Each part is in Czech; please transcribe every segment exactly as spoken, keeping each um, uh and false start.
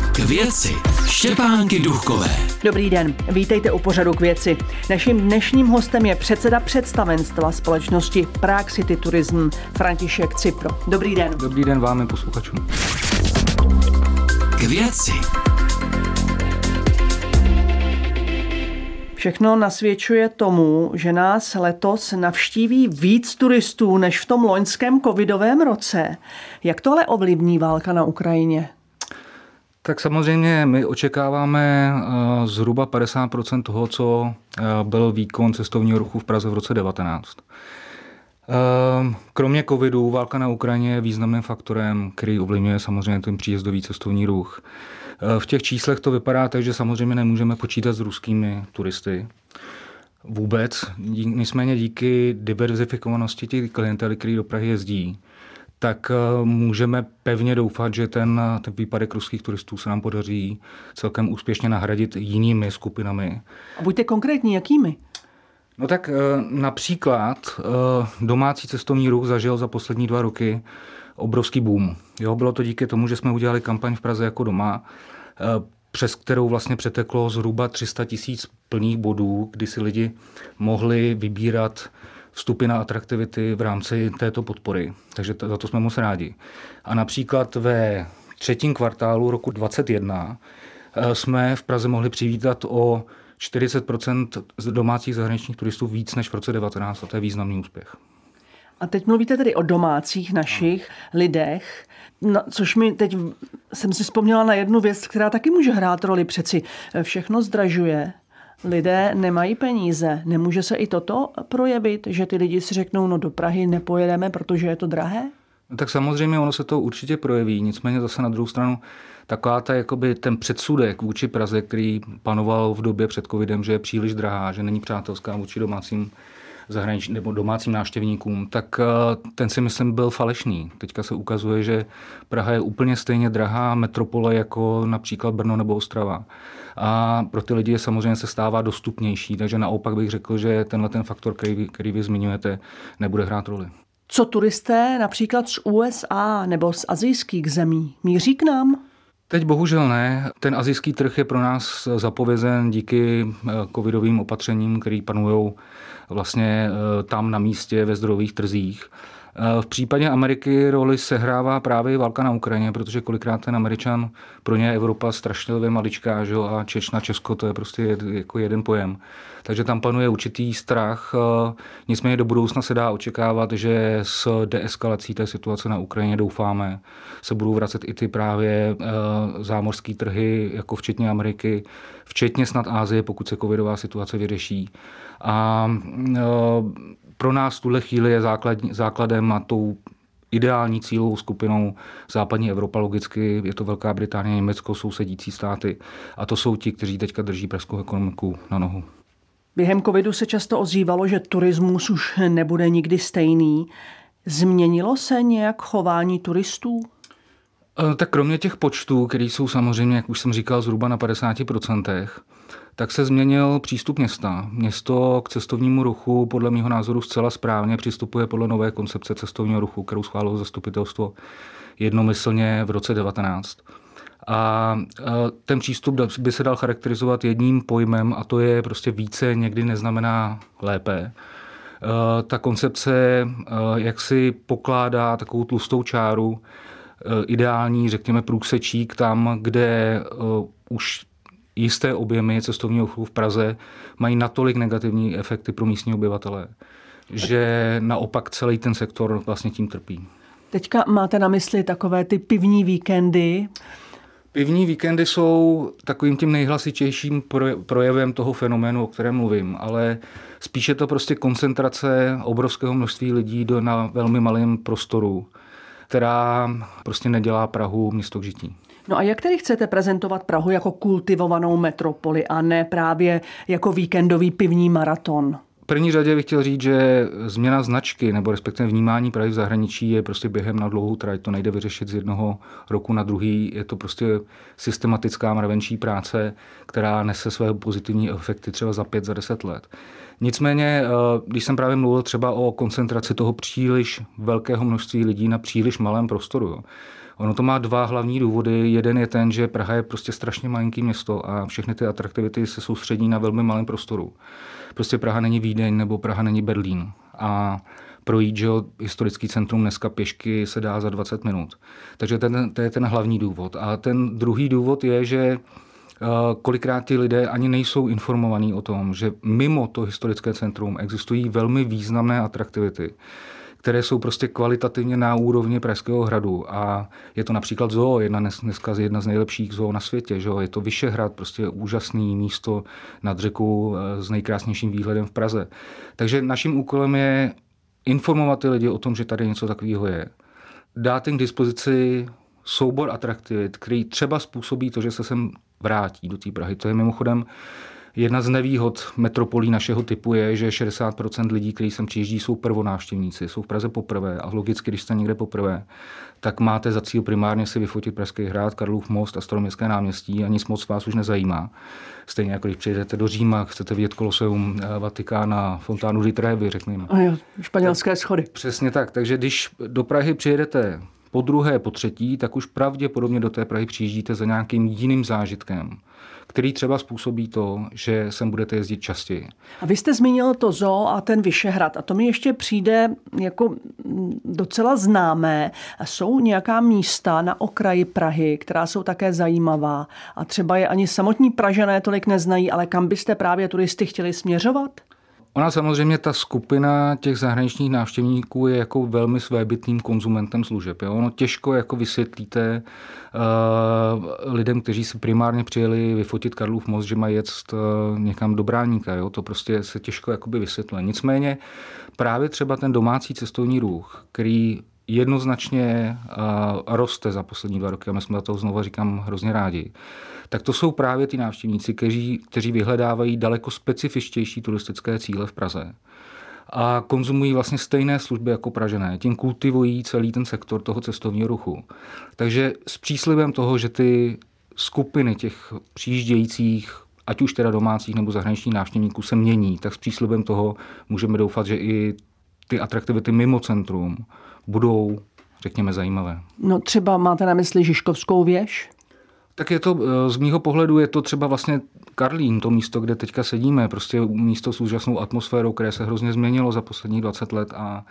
K věci Štěpánky Duchkové. Dobrý den, vítejte u pořadu K věci. Naším dnešním hostem je předseda představenstva společnosti Prague City Tourism František Cipro. Dobrý den. Dobrý den vám i posluchačům. K věci. Všechno nasvědčuje tomu, že nás letos navštíví víc turistů než v tom loňském covidovém roce. Jak to ale ovlivní válka na Ukrajině? Tak samozřejmě my očekáváme zhruba padesát procent toho, co byl výkon cestovního ruchu v Praze v roce devatenáct. Kromě covidu válka na Ukrajině je významným faktorem, který ovlivňuje samozřejmě ten příjezdový cestovní ruch. V těch číslech to vypadá tak, že samozřejmě nemůžeme počítat s ruskými turisty. Vůbec. Nicméně díky diverzifikovanosti těch klientely, který do Prahy jezdí, tak můžeme pevně doufat, že ten, ten výpadek ruských turistů se nám podaří celkem úspěšně nahradit jinými skupinami. A buďte konkrétní, jakými? No tak například domácí cestovní ruch zažil za poslední dva roky obrovský boom. Jo, bylo to díky tomu, že jsme udělali kampaň v Praze jako doma, přes kterou vlastně přeteklo zhruba tři sta tisíc plných bodů, kdy si lidi mohli vybírat vstupy na atraktivity v rámci této podpory. Takže to, za to jsme moc rádi. A například ve třetím kvartálu roku dvacet jedna jsme v Praze mohli přivítat o čtyřicet procent z domácích zahraničních turistů víc než v roce devatenáct. A to je významný úspěch. A teď mluvíte tedy o domácích našich no. lidech, no, což mi teď jsem si vzpomněla na jednu věc, která taky může hrát roli. Přeci všechno zdražuje. Lidé nemají peníze. Nemůže se i toto projevit, že ty lidi si řeknou, no do Prahy nepojedeme, protože je to drahé? No tak samozřejmě ono se to určitě projeví. Nicméně zase na druhou stranu taková ta, jakoby ten předsudek vůči Praze, který panoval v době před covidem, že je příliš drahá, že není přátelská vůči domácím zahraničním nebo domácím návštěvníkům, tak ten si myslím byl falešný. Teďka se ukazuje, že Praha je úplně stejně drahá metropole jako například Brno nebo Ostrava. A pro ty lidi samozřejmě se stává dostupnější, takže naopak bych řekl, že tenhle ten faktor, který vy, který vy zmiňujete, nebude hrát roli. Co turisté například z U S A nebo z asijských zemí míří k nám? Teď bohužel ne. Ten asijský trh je pro nás zapovězen díky covidovým opatřením, které panují vlastně tam na místě ve zdrojových trzích. V případě Ameriky roli sehrává právě válka na Ukrajině, protože kolikrát ten Američan, pro ně je Evropa strašlivě maličká, že? A Češ na Česko, to je prostě jako jeden pojem. Takže tam panuje určitý strach. Nicméně do budoucna se dá očekávat, že s deeskalací té situace na Ukrajině, doufáme, se budou vracet i ty právě zámořské trhy, jako včetně Ameriky, včetně snad Asie, pokud se covidová situace vyřeší. A pro nás v tuhle chvíli je základ, základem a tou ideální cílovou skupinou západní Evropa, logicky je to Velká Británie, Německo, sousedící státy. A to jsou ti, kteří teďka drží pražskou ekonomiku na nohu. Během covidu se často ozývalo, že turismus už nebude nikdy stejný. Změnilo se nějak chování turistů? Tak kromě těch počtů, které jsou samozřejmě, jak už jsem říkal, zhruba na padesát procent, tak se změnil přístup města. Město k cestovnímu ruchu podle mého názoru zcela správně přistupuje podle nové koncepce cestovního ruchu, kterou schválilo zastupitelstvo jednomyslně v roce devatenáct. A ten přístup by se dal charakterizovat jedním pojmem, a to je prostě více někdy neznamená lépe. Ta koncepce jaksi pokládá takovou tlustou čáru, ideální, řekněme, průsečík tam, kde už jisté objemy cestovního ruchu v Praze mají natolik negativní efekty pro místní obyvatele, že naopak celý ten sektor vlastně tím trpí. Teďka máte na mysli takové ty pivní víkendy? Pivní víkendy jsou takovým tím nejhlasitějším projevem toho fenoménu, o kterém mluvím, ale spíše to prostě koncentrace obrovského množství lidí do, na velmi malém prostoru, která prostě nedělá Prahu město k žití. No a jak tedy chcete prezentovat Prahu jako kultivovanou metropoli a ne právě jako víkendový pivní maraton? V první řadě bych chtěl říct, že změna značky nebo respektive vnímání Prahy v zahraničí je prostě během na dlouhou trať. To nejde vyřešit z jednoho roku na druhý. Je to prostě systematická mravenčí práce, která nese své pozitivní efekty třeba za pět, za deset let. Nicméně, když jsem právě mluvil třeba o koncentraci toho příliš velkého množství lidí na příliš malém prostoru, jo. Ono to má dva hlavní důvody. Jeden je ten, že Praha je prostě strašně malinký město a všechny ty atraktivity se soustředí na velmi malém prostoru. Prostě Praha není Vídeň nebo Praha není Berlín. A projít, že historický centrum dneska pěšky se dá za dvacet minut. Takže ten, to je ten hlavní důvod. A ten druhý důvod je, že kolikrát ti lidé ani nejsou informovaní o tom, že mimo to historické centrum existují velmi významné atraktivity, které jsou prostě kvalitativně na úrovni Pražského hradu. A je to například zoo, jedna dneska jedna z nejlepších zoo na světě. Že? Je to Vyšehrad, prostě úžasný místo nad řekou s nejkrásnějším výhledem v Praze. Takže naším úkolem je informovat ty lidi o tom, že tady něco takového je. Dát jim k dispozici soubor atraktivit, který třeba způsobí to, že se sem vrátí do té Prahy. To je mimochodem jedna z nevýhod metropolí našeho typu je, že šedesát procent lidí, kteří sem přijíždí, jsou prvonávštěvníci, jsou v Praze poprvé a logicky, když jste někde poprvé, tak máte za cíl primárně si vyfotit Pražský hrad, Karlův most a Staroměstské náměstí a nic moc vás už nezajímá. Stejně jako když přijedete do Říma, chcete vidět Koloseum, Vatikán a Fontánu di Trevi, řekněme. A jo, španělské schody. Přesně tak, takže když do Prahy přijedete po druhé, po třetí, tak už pravděpodobně do té Prahy přijíždíte za nějakým jiným zážitkem, který třeba způsobí to, že sem budete jezdit častěji. A vy jste zmínil to zoo a ten Vyšehrad. A to mi ještě přijde jako docela známé. Jsou nějaká místa na okraji Prahy, která jsou také zajímavá a třeba je ani samotní Pražané tolik neznají, ale kam byste právě turisty chtěli směřovat? Ona samozřejmě, ta skupina těch zahraničních návštěvníků je jako velmi svébytným konzumentem služeb. Jo? Ono těžko jako vysvětlíte uh, lidem, kteří si primárně přijeli vyfotit Karlův most, že mají jet uh, někam do Bráníka. Jo? To prostě se těžko jakoby vysvětluje. Nicméně právě třeba ten domácí cestovní ruch, který jednoznačně uh, roste za poslední dva roky, a my jsme na to znovu říkám hrozně rádi, tak to jsou právě ty návštěvníci, kteří, kteří vyhledávají daleko specifičtější turistické cíle v Praze a konzumují vlastně stejné služby jako Pražané. Tím kultivují celý ten sektor toho cestovního ruchu. Takže s příslibem toho, že ty skupiny těch přijíždějících, ať už teda domácích nebo zahraničních návštěvníků se mění, tak s příslibem toho můžeme doufat, že i ty atraktivity mimo centrum budou, řekněme, zajímavé. No třeba máte na mysli Žižkovskou věž? Tak je to, z mýho pohledu je to třeba vlastně Karlín, to místo, kde teďka sedíme, prostě místo s úžasnou atmosférou, které se hrozně změnilo za posledních dvacet let a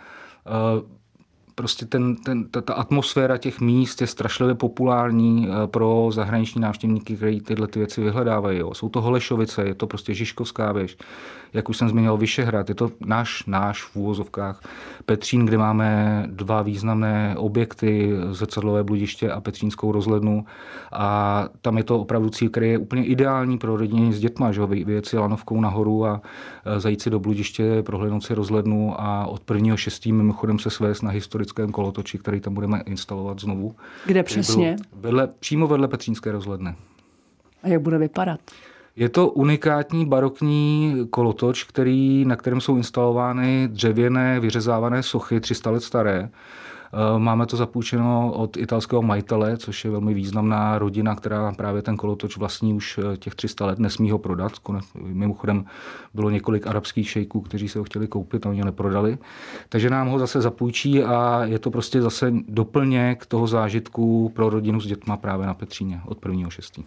prostě ten, ten, ta, ta atmosféra těch míst je strašlivě populární pro zahraniční návštěvníky, kteří tyhle ty věci vyhledávají. Jo. Jsou to Holešovice, je to prostě Žižkovská věž, jak už jsem zmínil Vyšehrad, je to náš, náš v úvozovkách Petřín, kde máme dva významné objekty, Zrcadlové bludiště a Petřínskou rozhlednu a tam je to opravdu cíl, který je úplně ideální pro rodiny s dětma, že? Vyjet si lanovkou nahoru a zajít si do bludiště, prohlédnout si rozhlednu a od prvního šestého mimochodem se svést na historickém kolotoči, který tam budeme instalovat znovu. Kde přesně? Vedle, přímo vedle Petřínské rozhledny. A jak bude vypadat? Je to unikátní barokní kolotoč, který, na kterém jsou instalovány dřevěné vyřezávané sochy tři sta let staré. Máme to zapůjčeno od italského majitele, což je velmi významná rodina, která právě ten kolotoč vlastní už těch tři sta let, nesmí ho prodat. Mimochodem bylo několik arabských šejků, kteří se ho chtěli koupit a oni ho neprodali. Takže nám ho zase zapůjčí a je to prostě zase doplněk toho zážitku pro rodinu s dětma právě na Petříně od prvního šestého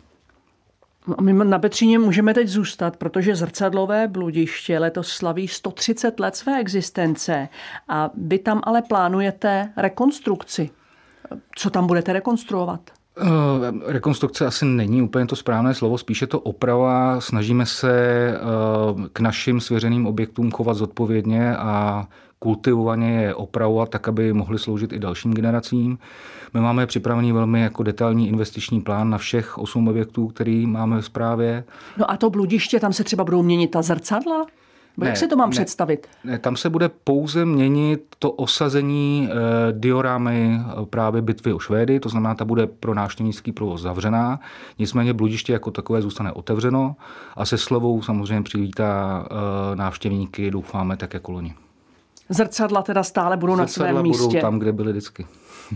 A my na Petříně můžeme teď zůstat, protože Zrcadlové bludiště letos slaví sto třicet let své existence a vy tam ale plánujete rekonstrukci. Co tam budete rekonstruovat? Rekonstrukce asi není úplně to správné slovo, spíše to oprava. Snažíme se k našim svěřeným objektům chovat zodpovědně a kultivovaně je opravovat tak, aby mohly sloužit i dalším generacím. My máme připravený velmi jako detailní investiční plán na všech osm objektů, který máme v správě. No a to bludiště, tam se třeba budou měnit ta zrcadla? Ne, jak si to mám ne, představit? Ne, tam se bude pouze měnit to osazení e, diorámy právě bitvy o Švédy, to znamená, ta bude pro návštěvnický provoz zavřená, nicméně bludiště jako takové zůstane otevřeno a se slovou samozřejmě přivítá e, návštěvníky, doufáme, tak jako loni. Zrcadla teda stále budou Zrcadla na svém místě. budou tam, kde byly vždycky.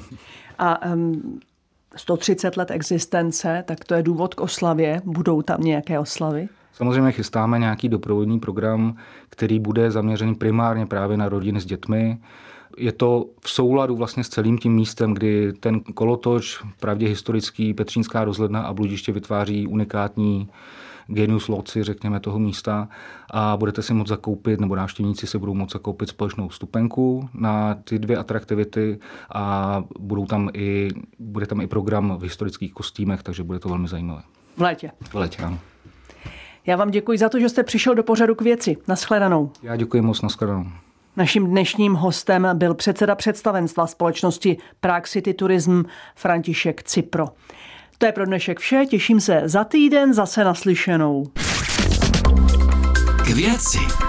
A um, sto třicet let existence, tak to je důvod k oslavě. Budou tam nějaké oslavy? Samozřejmě chystáme nějaký doprovodný program, který bude zaměřený primárně právě na rodiny s dětmi. Je to v souladu vlastně s celým tím místem, kdy ten kolotoč, pravdě historický, Petřínská rozhledna a Bludiště vytváří unikátní genius loci, řekněme, toho místa a budete si moct zakoupit, nebo návštěvníci si budou moct zakoupit společnou vstupenku na ty dvě atraktivity a budou tam i, bude tam i program v historických kostýmech, takže bude to velmi zajímavé. V létě. V létě, ano. Já vám děkuji za to, že jste přišel do pořadu K věci. Naschledanou. Já děkuji moc, naschledanou. Naším dnešním hostem byl předseda představenstva společnosti Prague City Tourism František Cipro. To je pro dnešek vše, těším se za týden zase naslyšenou. K věci.